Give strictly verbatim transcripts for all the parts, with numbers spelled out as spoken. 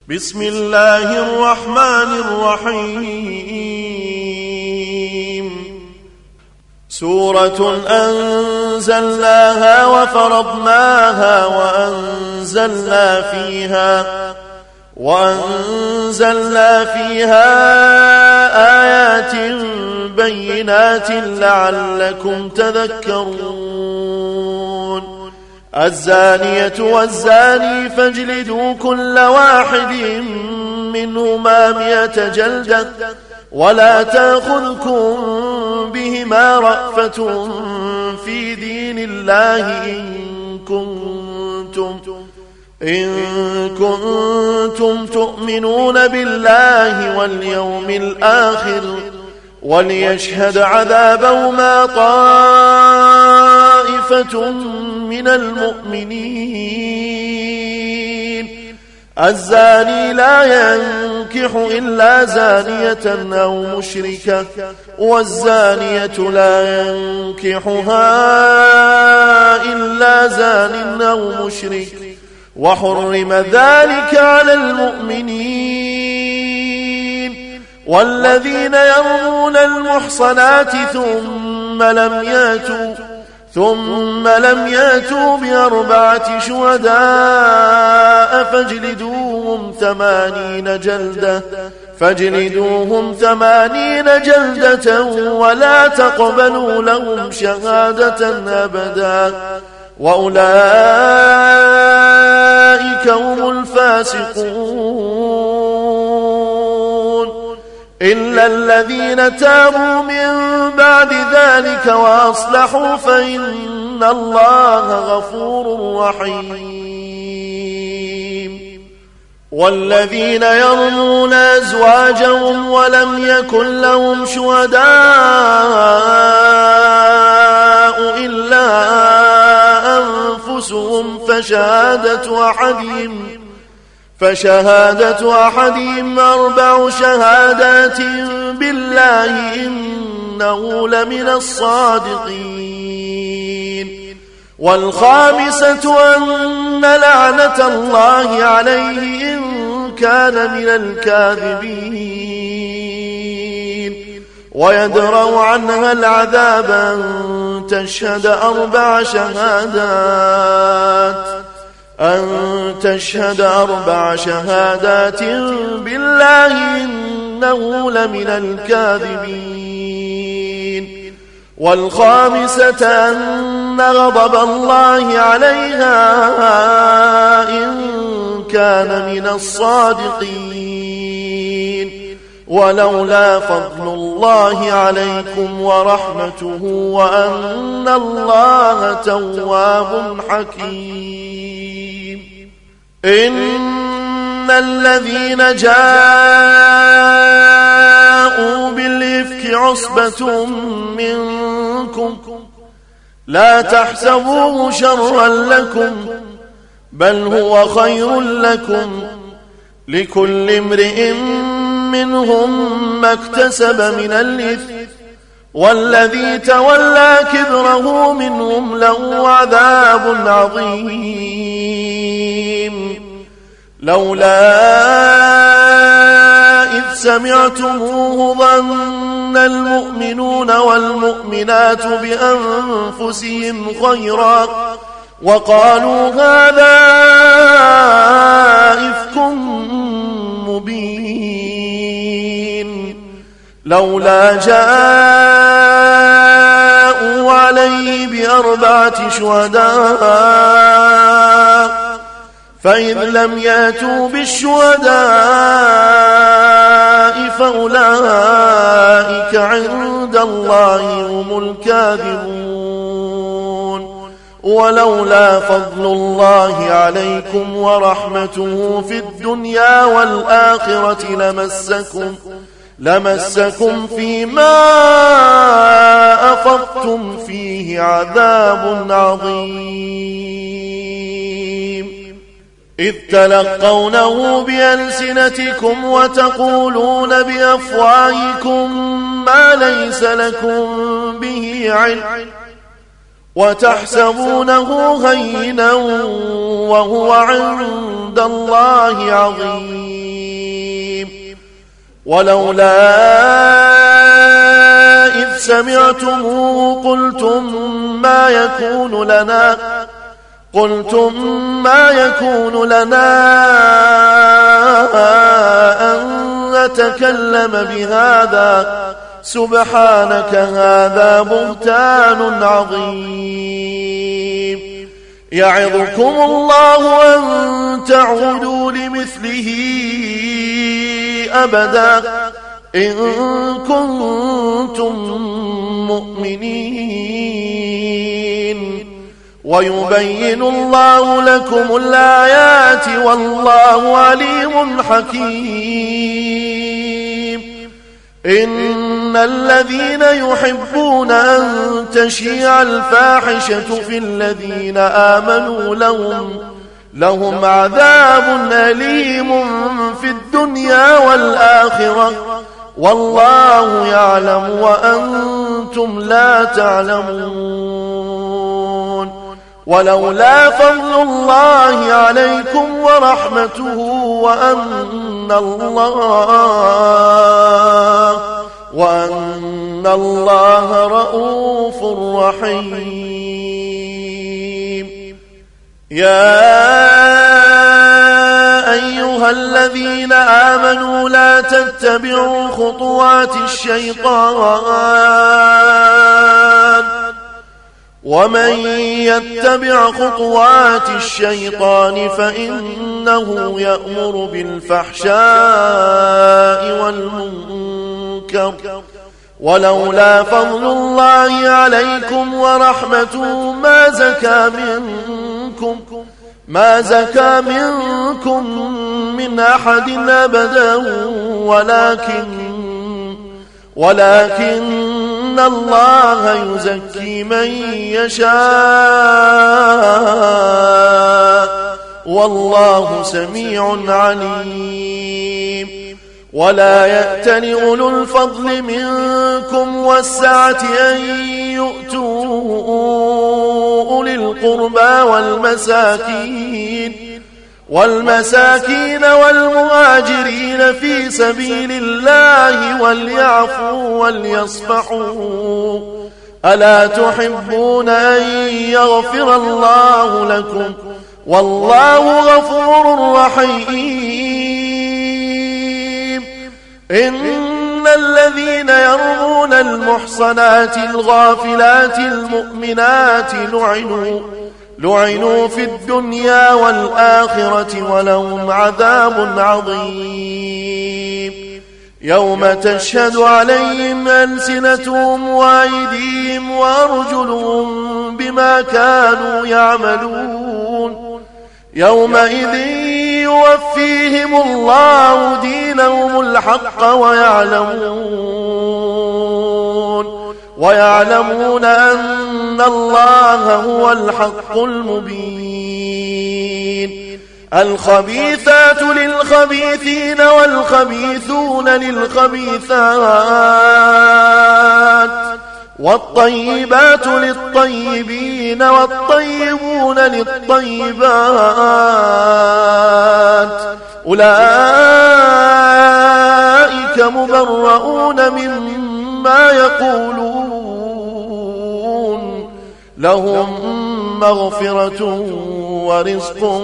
بسم الله الرحمن الرحيم سورة أنزلناها وفرضناها وأنزلنا فيها وأنزلنا فيها آيات بينات لعلكم تذكرون الزانية والزاني فاجلدوا كل واحد منهما مئة جلدة ولا تأخذكم بهما رأفة في دين الله إن كنتم إن كنتم تؤمنون بالله واليوم الآخر وليشهد عذابهما طائفة من المؤمنين الزاني لا ينكح إلا زانية أو مشركة والزانية لا ينكحها إلا زان أو مشرك وحرم ذلك على المؤمنين والذين يرمون المحصنات ثم لم ياتوا ثم لم ياتوا بأربعة شهداء فاجلدوهم ثمانين جلدة فاجلدوهم ثمانين جلدة ولا تقبلوا لهم شهادة أبدا وأولئك هم الفاسقون إلا الذين تابوا من بعد ذلك وأصلحوا فإن الله غفور رحيم والذين يرمون أزواجهم ولم يكن لهم شهداء إلا أنفسهم فشهادة أحدهم فشهادة أحدهم أربع شهادات بالله إنه لمن الصادقين والخامسة أن لعنة الله عليه إن كان من الكاذبين ويدرأ عنها العذاب أن تشهد أربع شهادات أن تشهد أربع شهادات بالله إنه لمن الكاذبين والخامسة أن غضب الله عليها إن كان من الصادقين ولولا فضل الله عليكم ورحمته وأن الله تواب حكيم إن الذين جاءوا بالإفك عصبة منكم لا تحسبوه شرا لكم بل هو خير لكم لكل امرئ منهم ما اكتسب من الإثم والذي تولى كبره منهم له عذاب عظيم لولا إذ سمعتموه ظن المؤمنون والمؤمنات بأنفسهم خيرا وقالوا هذا إفك مبين لولا جاءوا عليه بأربعة شهداء فإذ لم ياتوا بالشهداء فأولئك عند الله هم الكاذبون ولولا فضل الله عليكم ورحمته في الدنيا والآخرة لمسكم لمسكم فيما أفضتم فيه عذاب عظيم إذ تلقونه بألسنتكم وتقولون بأفواهكم ما ليس لكم به علم وتحسبونه هينا وهو عند الله عظيم ولولا إذ سمعتموه قلتم ما يكون لنا قلتم ما يكون لنا أن نتكلم بهذا سبحانك هذا بهتان عظيم يعظكم الله أن تعودوا لمثله أبدا إن كنتم مؤمنين ويبين الله لكم الآيات والله عليم حكيم إن الذين يحبون أن تشيع الفاحشة في الذين آمنوا لهم لهم عذاب أليم في الدنيا والآخرة والله يعلم وأنتم لا تعلمون ولولا فضل الله عليكم ورحمته وأن الله وأن الله رؤوف رحيم يا أيها الذين آمنوا لا تتبعوا خطوات الشيطان ومن يتبع خطوات الشيطان فإنه يأمر بالفحشاء والمنكر ولولا فضل الله عليكم ورحمته ما زكى منكم ما زكى منكم من أحد أبدا ولكن ولكن الله يزكي من يشاء والله سميع عليم ولا يأتل أولو الفضل منكم والسعة أن يؤتوا أولي القربى والمساكين والمساكين والمهاجرين في سبيل الله وليعفوا وليصفحوا ألا تحبون أن يغفر الله لكم والله غفور رحيم إن الذين يرمون المحصنات الغافلات المؤمنات لعنوا لعنوا في الدنيا والآخرة ولهم عذاب عظيم يوم تشهد عليهم ألسنتهم وأيديهم وأرجلهم بما كانوا يعملون يومئذ يوفيهم الله دينهم الحق ويعلمون ويعلمون أن الله هو الحق المبين الخبيثات للخبيثين والخبيثون للخبيثات والطيبات للطيبين والطيبون للطيبات أولئك مبرؤون مما يقولون لهم مغفرة ورزق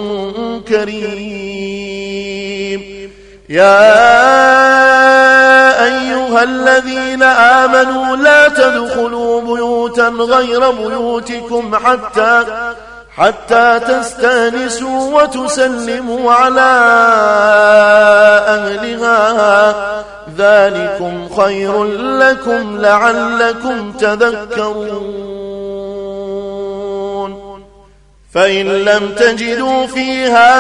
كريم يا أيها الذين آمنوا لا تدخلوا بيوتا غير بيوتكم حتى حتى تستأنسوا وتسلموا على أهلها ذلكم خير لكم لعلكم تذكرون فإن لم تجدوا فيها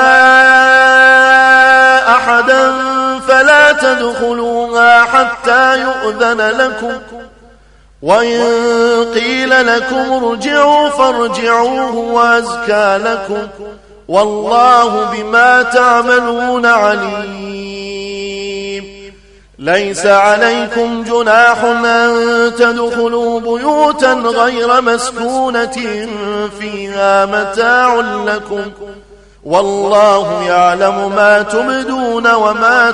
أحدا فلا تدخلوها حتى يؤذن لكم وإن قيل لكم ارجعوا فارجعوه وأزكى لكم والله بما تعملون عليم ليس عليكم جناح أن تدخلوا بيوتا غير مسكونة فيها متاع لكم والله يعلم ما تبدون وما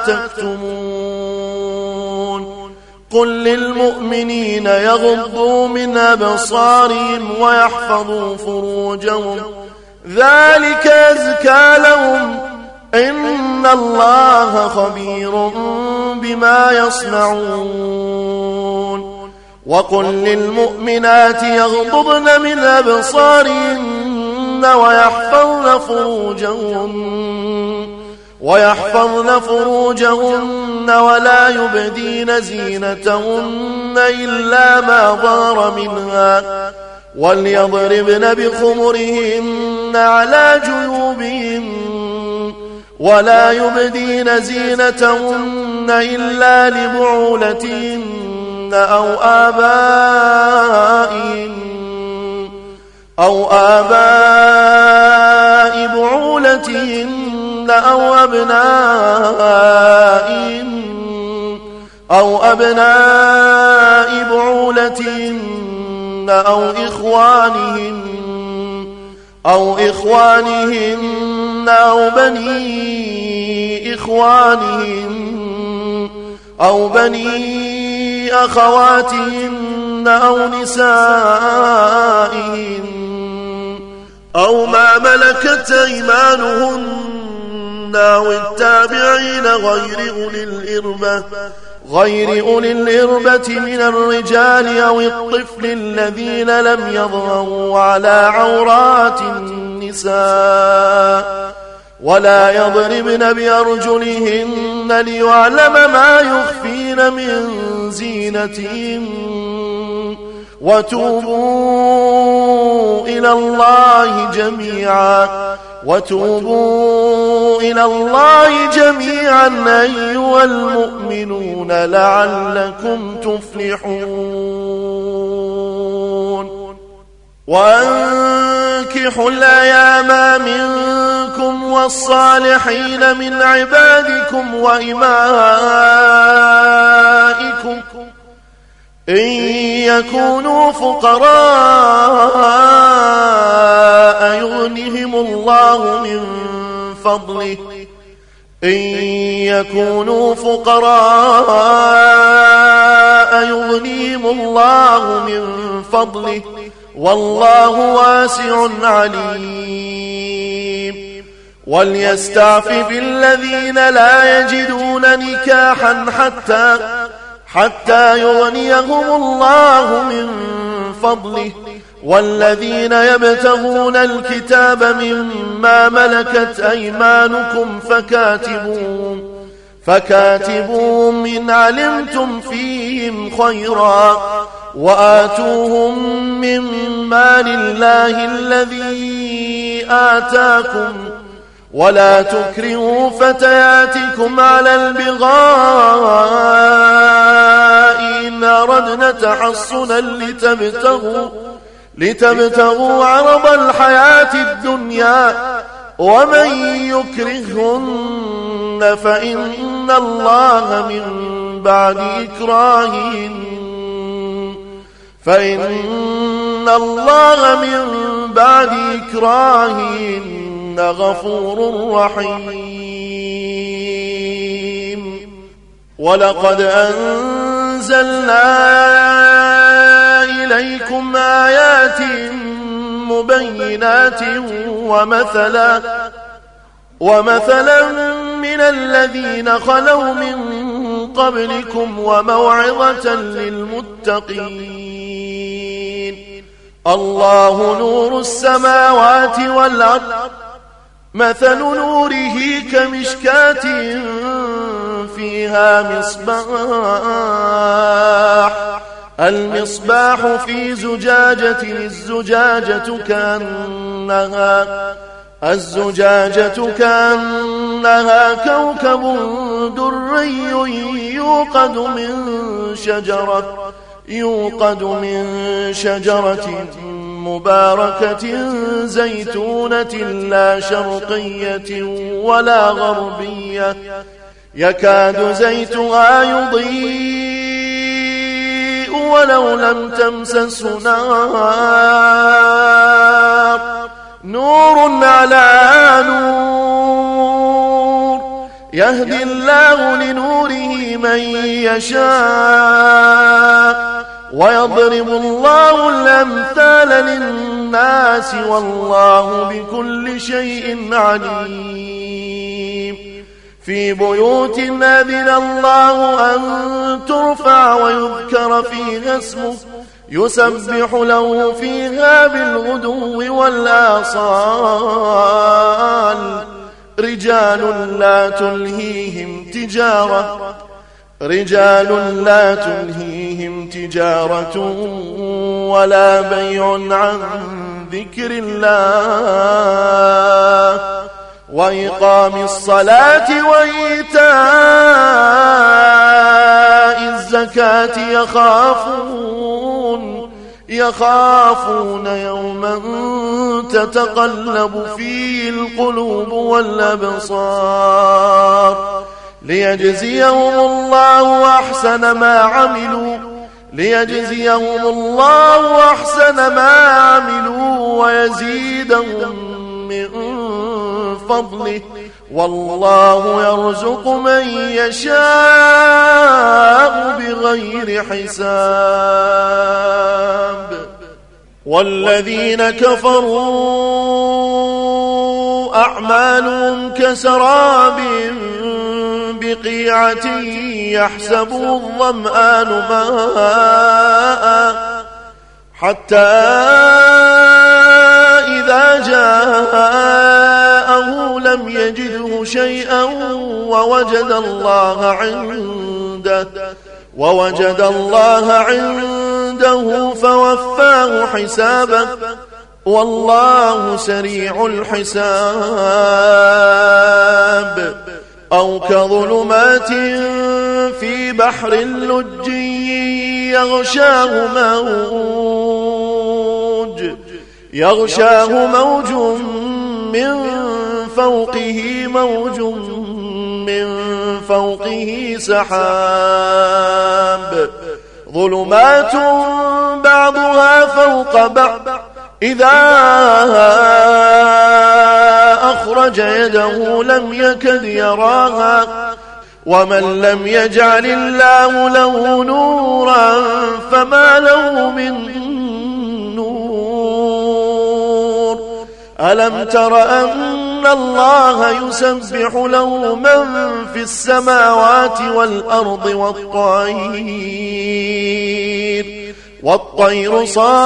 تكتمون قل للمؤمنين يغضوا من أبصارهم ويحفظوا فروجهم ذلك أزكى لهم إن الله خبير بما يصنعون وقل للمؤمنات يغضضن من أبصارهن ويحفظن فروجهن ويحفظن فروجهن ولا يبدين زينتهن إلا ما ظهر منها وليضربن بخمرهن على جيوبهن ولا يبدين زينتهن إلا لبعولتهن أو آبائهن أو آباء بعولتهن أو أبنائهن أو أبناء بعولتهن أو إخوانهن أو إخوانهن أو بني إخوانهن أو بني أخواتهن أو نسائهن أو ما ملكت أيمانهن أو التابعين غير أولي الإربة غير أولي الإربة من الرجال أو الطفل الذين لم يظهروا على عورات النساء ولا يضربن بأرجلهن ليعلم ما يخفين من زينتهن وتوبوا إلى الله جميعا وتوبوا إلى الله جميعا أيها المؤمنون لعلكم تفلحون وأنكحوا الأيام منكم والصالحين من عبادكم وإمائكم إن يكونوا فقراء يغنهم الله من فضله إن يكونوا فقراء يغنهم الله من فضله والله واسع عليم وليستعفف الذين لا يجدون نكاحا حتى حتى يغنيهم الله من فضله والذين يبتغون الكتاب مما ملكت أيمانكم فكاتبوهم فكاتبوهم إن علمتم فيهم خيرا وآتوهم من مال الله الذي آتاكم ولا تكرهوا فتياتكم على البغاء إن أردنا تحصنا لتبتغوا, لتبتغوا عرض الحياة الدنيا ومن يكرهن فإن الله من بعد إكراههن فإن الله من بعد إكراههن غفور رحيم ولقد أنزلنا إليكم آيات مبينات ومثلا ومثلا من الذين خلوا من قبلكم وموعظة للمتقين الله نور السماوات والأرض مثل نوره كمشكاة فيها مصباح المصباح في زجاجة الزجاجة كأنها الزجاجة كأنها كوكب دري يوقد من شجرة يوقد من شجرة مباركة زيتونة لا شرقية ولا غربية يكاد زيتها يضيء ولو لم تمسسه نار نور على نور يهدي الله لنوره من يشاء ويضرب الله الأمثال للناس والله بكل شيء عليم في بيوت أذن الله أن ترفع ويذكر فيها اسمه يسبح له فيها بالغدو والآصال رجال لا تلهيهم تجارة رجال لا تلهيهم تجارة ولا بيع عن ذكر الله وإقام الصلاة وإيتاء الزكاة يخافون يخافون يوما تتقلب فيه القلوب والأبصار ليجزيهم الله أحسن ما عملوا ليجزيهم الله أحسن ما عملوا ويزيدهم من فضله والله يرزق من يشاء بغير حساب والذين كفروا أعمالهم كسراب بقيعة يحسبه الظمآن ماء حتى إذا جاءه لم يجده شيئا ووجد الله عنده ووجد الله عنده فوفاه حسابه والله سريع الحساب أو كظلمات في بحر لج يغشاه موج يغشاه موج من فوقه موج من فوقه سحاب ظلمات بعضها فوق بعض إذا أخرج يده لم يكد يراها ومن لم يجعل الله له نورا فما له من نور ألم تر أن الله يسبح له من في السماوات والأرض والطير والطير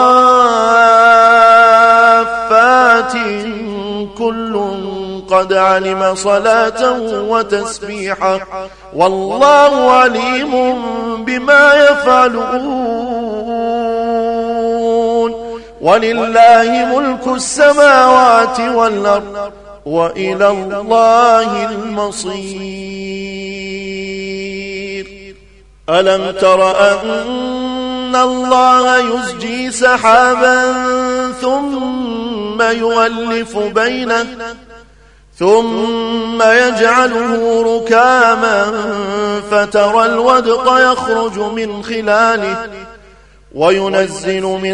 صافات كل قد علم صلاته وتسبيحه والله عليم بما يفعلون ولله ملك السماوات والأرض وإلى الله المصير ألم تر أن الله يزجي سحابا ثم يؤلف بينه ثم يجعله ركاما فترى الودق يخرج من خلاله وينزل من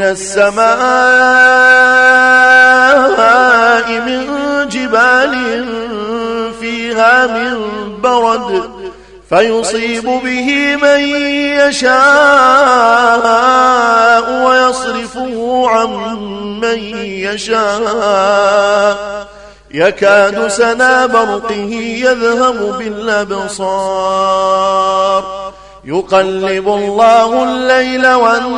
السماء من جبال فيها من برد فيصيب به من يشاء ويصرفه عن من يشاء يكاد سنا برقه يذهب بالأبصار يقلب الله الليل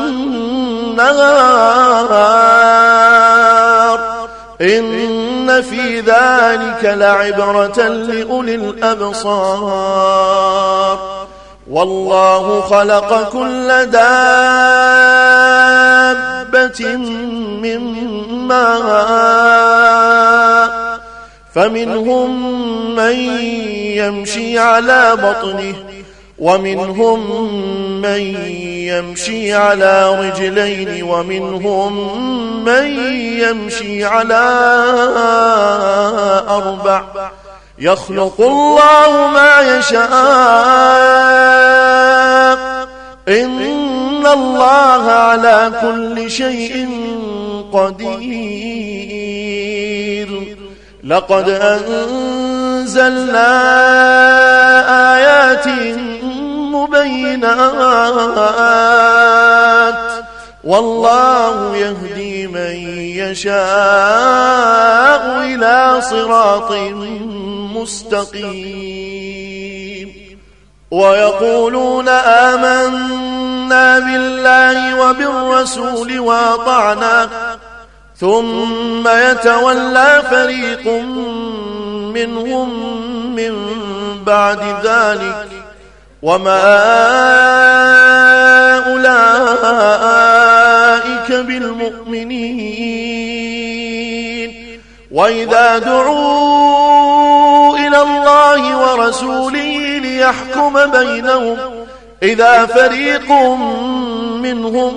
والنهار إن في ذلك لعبرة لأولي الأبصار والله خلق كل دابة من ماء فمنهم من يمشي على بطنه ومنهم من يمشي على رجلين ومنهم من يمشي على أربع يخلق الله ما يشاء إن الله على كل شيء قدير لقد أنزلنا آيات مبينات والله يهدي من يشاء إلى صراط مستقيم ويقولون آمنا بالله وبالرسول وأطعنا ثم يتولى فريق منهم من بعد ذلك وما أولئك بالمؤمنين وإذا دعوا إلى الله ورسوله ليحكم بينهم إذا فريق منهم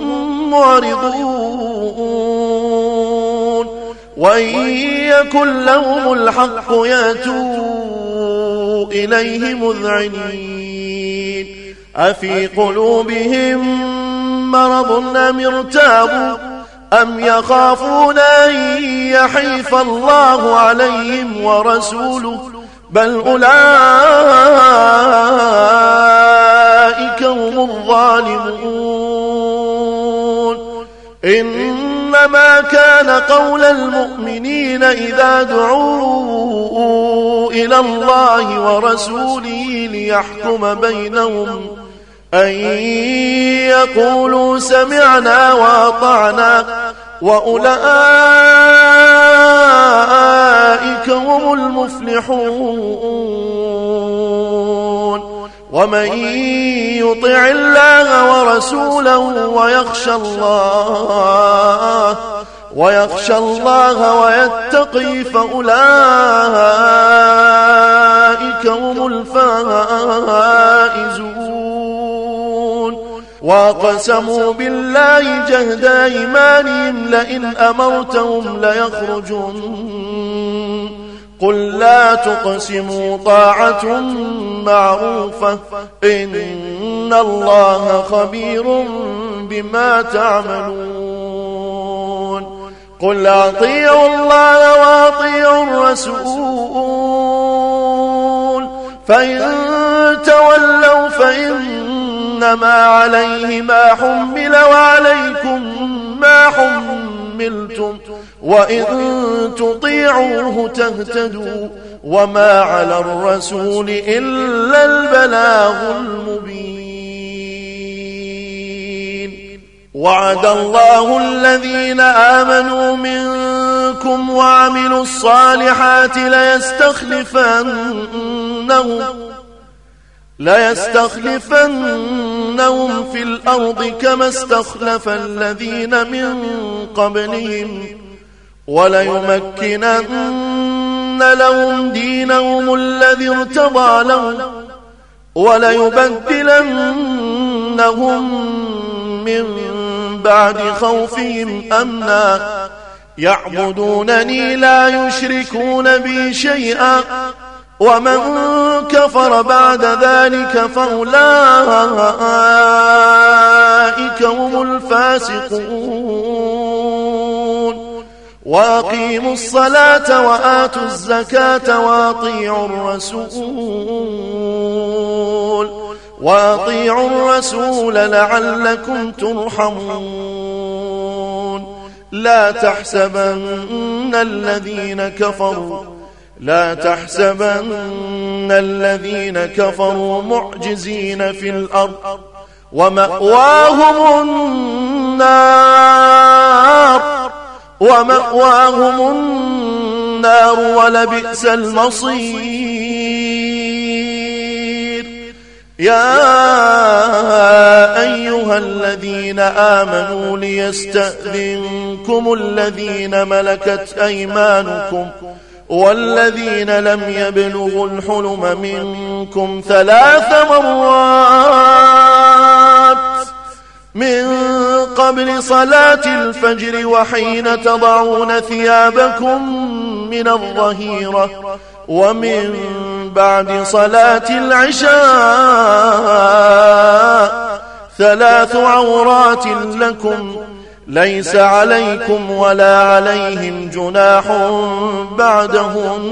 معرضون وإن يكن لهم الحق يأتوا إليه مذعنين أفي قلوبهم مرض أم ارتابوا أم يخافون أن يحيف الله عليهم ورسوله بل أولئك هم الظالمون إنما كان قول المؤمنين إذا دعوا إلى الله ورسوله ليحكم بينهم أن يقولوا سمعنا وأطعنا وأولئك هم المفلحون ومن يطع الله ورسوله ويخشى الله ويخشى الله ويتقي فأولئك هم الفائزون وقسموا بالله جهد أيمانهم لئن أمرتهم ليخرجون قل لا تقسموا طاعة معروفة إن الله خبير بما تعملون قل أطيعوا الله وأطيعوا الرسول فإن تولوا فإنما عليه ما حمل وعليكم ما حملتم وإن تطيعوه تهتدوا وما على الرسول إلا البلاغ المبين وعد الله الذين آمنوا منكم وعملوا الصالحات ليستخلفنهم ليستخلفنهم في الأرض كما استخلف الذين من قبلهم وليمكنن لهم دينهم الذي ارتضى لهم وليبدلنهم من بعد خوفهم أمنا يعبدونني لا يشركون بي شيئا ومن كفر بعد ذلك فأولئك هم الفاسقون وأقيموا الصلاة وآتوا الزكاة وأطيعوا الرسول وأطيعوا الرسول لعلكم ترحمون لا تحسبن الذين كفروا لا تحسبن الذين كفروا معجزين في الأرض ومأواهم النار ومأواهم النار ولبئس المصير يا أيها الذين آمنوا ليستأذنكم الذين ملكت أيمانكم والذين لم يبلغوا الحلم منكم ثلاث مرات من قبل صلاة الفجر وحين تضعون ثيابكم من الظهيرة ومن بعد صلاة العشاء ثلاث عورات لكم ليس عليكم ولا عليهم جناح بعدهم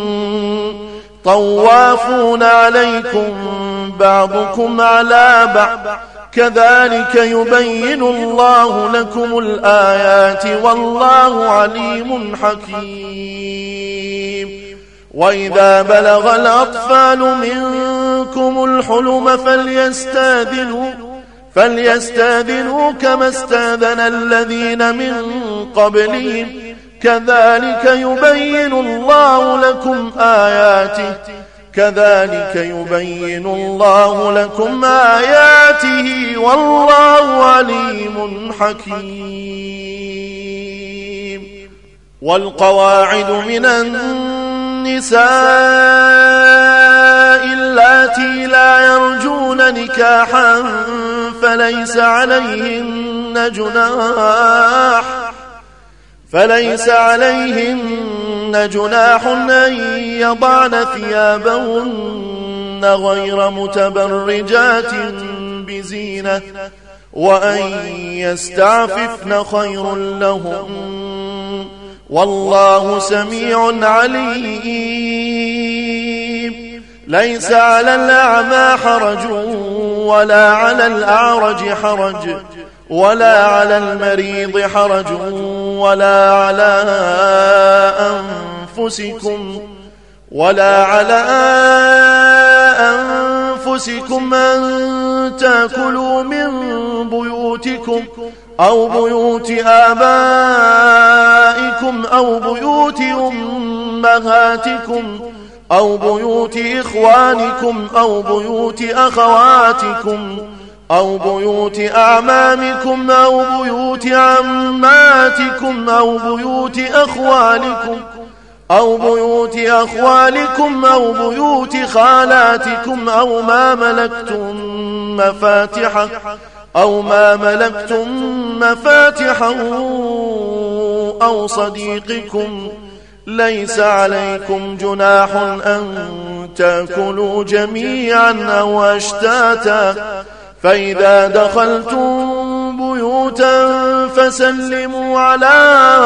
طوافون عليكم بعضكم على بعض كذلك يبين الله لكم الآيات والله عليم حكيم. وإذا بلغ الأطفال منكم الحلم فليستاذنوا فليستاذنوا كما استاذن الذين من قبلهم كذلك يبين الله لكم آياته كذلك يبين الله لكم آياته والله عليم حكيم. والقواعد من النساء اللاتي لا يرجون نكاحا فليس عليهن جناح فليس عليهن جناح أن يضعن ثيابهن غير متبرجات بزينة وأن يستعففن خير لهم والله سميع عليم. ليس على الأعمى حرج ولا على الأعرج حرج ولا على المريض حرج ولا على أنفسكم ولا على أنفسكم أن تأكلوا من بيوتكم أو بيوت آبائكم أو بيوت أمهاتكم أو بيوت إخوانكم أو بيوت أخواتكم أو بيوت أعمامكم أو بيوت عماتكم أو بيوت أخوالكم أو بيوت أخوالكم أو بيوت خالاتكم أو ما ملكتم مفاتحه أو ما ملكتم مفاتحه أو صديقكم ليس عليكم جناح أن تأكلوا جميعا أو أشتاتا فإذا دخلتم بيوتا فسلموا على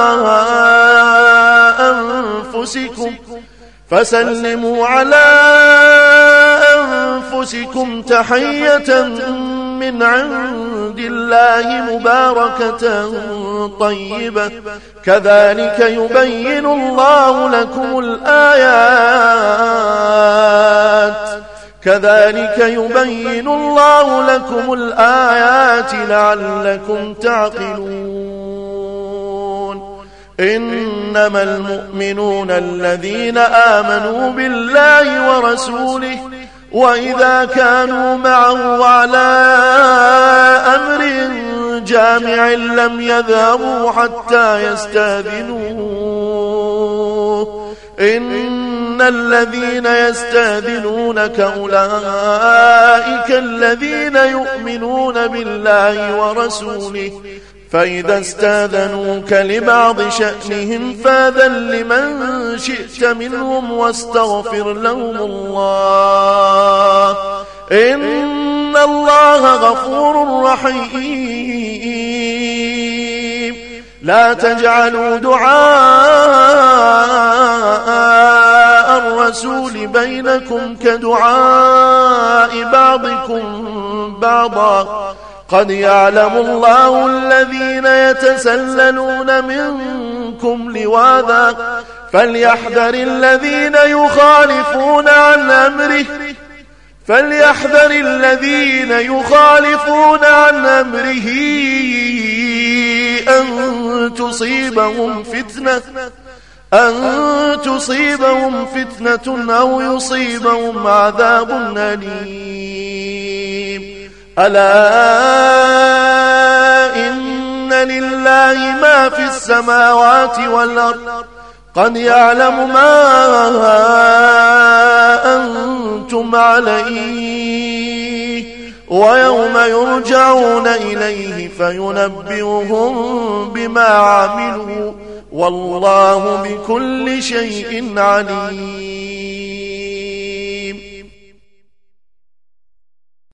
أنفسكم فسلموا على أنفسكم تحية من عند الله مباركة طيبة كذلك يبين الله لكم الآيات كذلك يبين الله لكم الآيات لعلكم تعقلون. إنما المؤمنون الذين آمنوا بالله ورسوله وإذا كانوا معه على أمر جامع لم يذهبوا حتى يستأذنوه إن الذين يستأذنونك أولئك الذين يؤمنون بالله ورسوله فإذا استاذنوك لبعض شأنهم فاذن لمن شئت منهم واستغفر لهم الله إن الله غفور رحيم. لا تجعلوا دعاء الرسول بينكم كدعاء بعضكم بعضا قد يعلم الله الذين يتسللون منكم لواذا فليحذر الذين يخالفون عن أمره فليحذر الذين يخالفون عن أمره أن تصيبهم فتنة أن تصيبهم فتنة أو يصيبهم عذاب أليم. ألا إن لله ما في السماوات والأرض قد يعلم ما أنتم عليه ويوم يرجعون إليه فينبئهم بما عملوا والله بكل شيء عليم.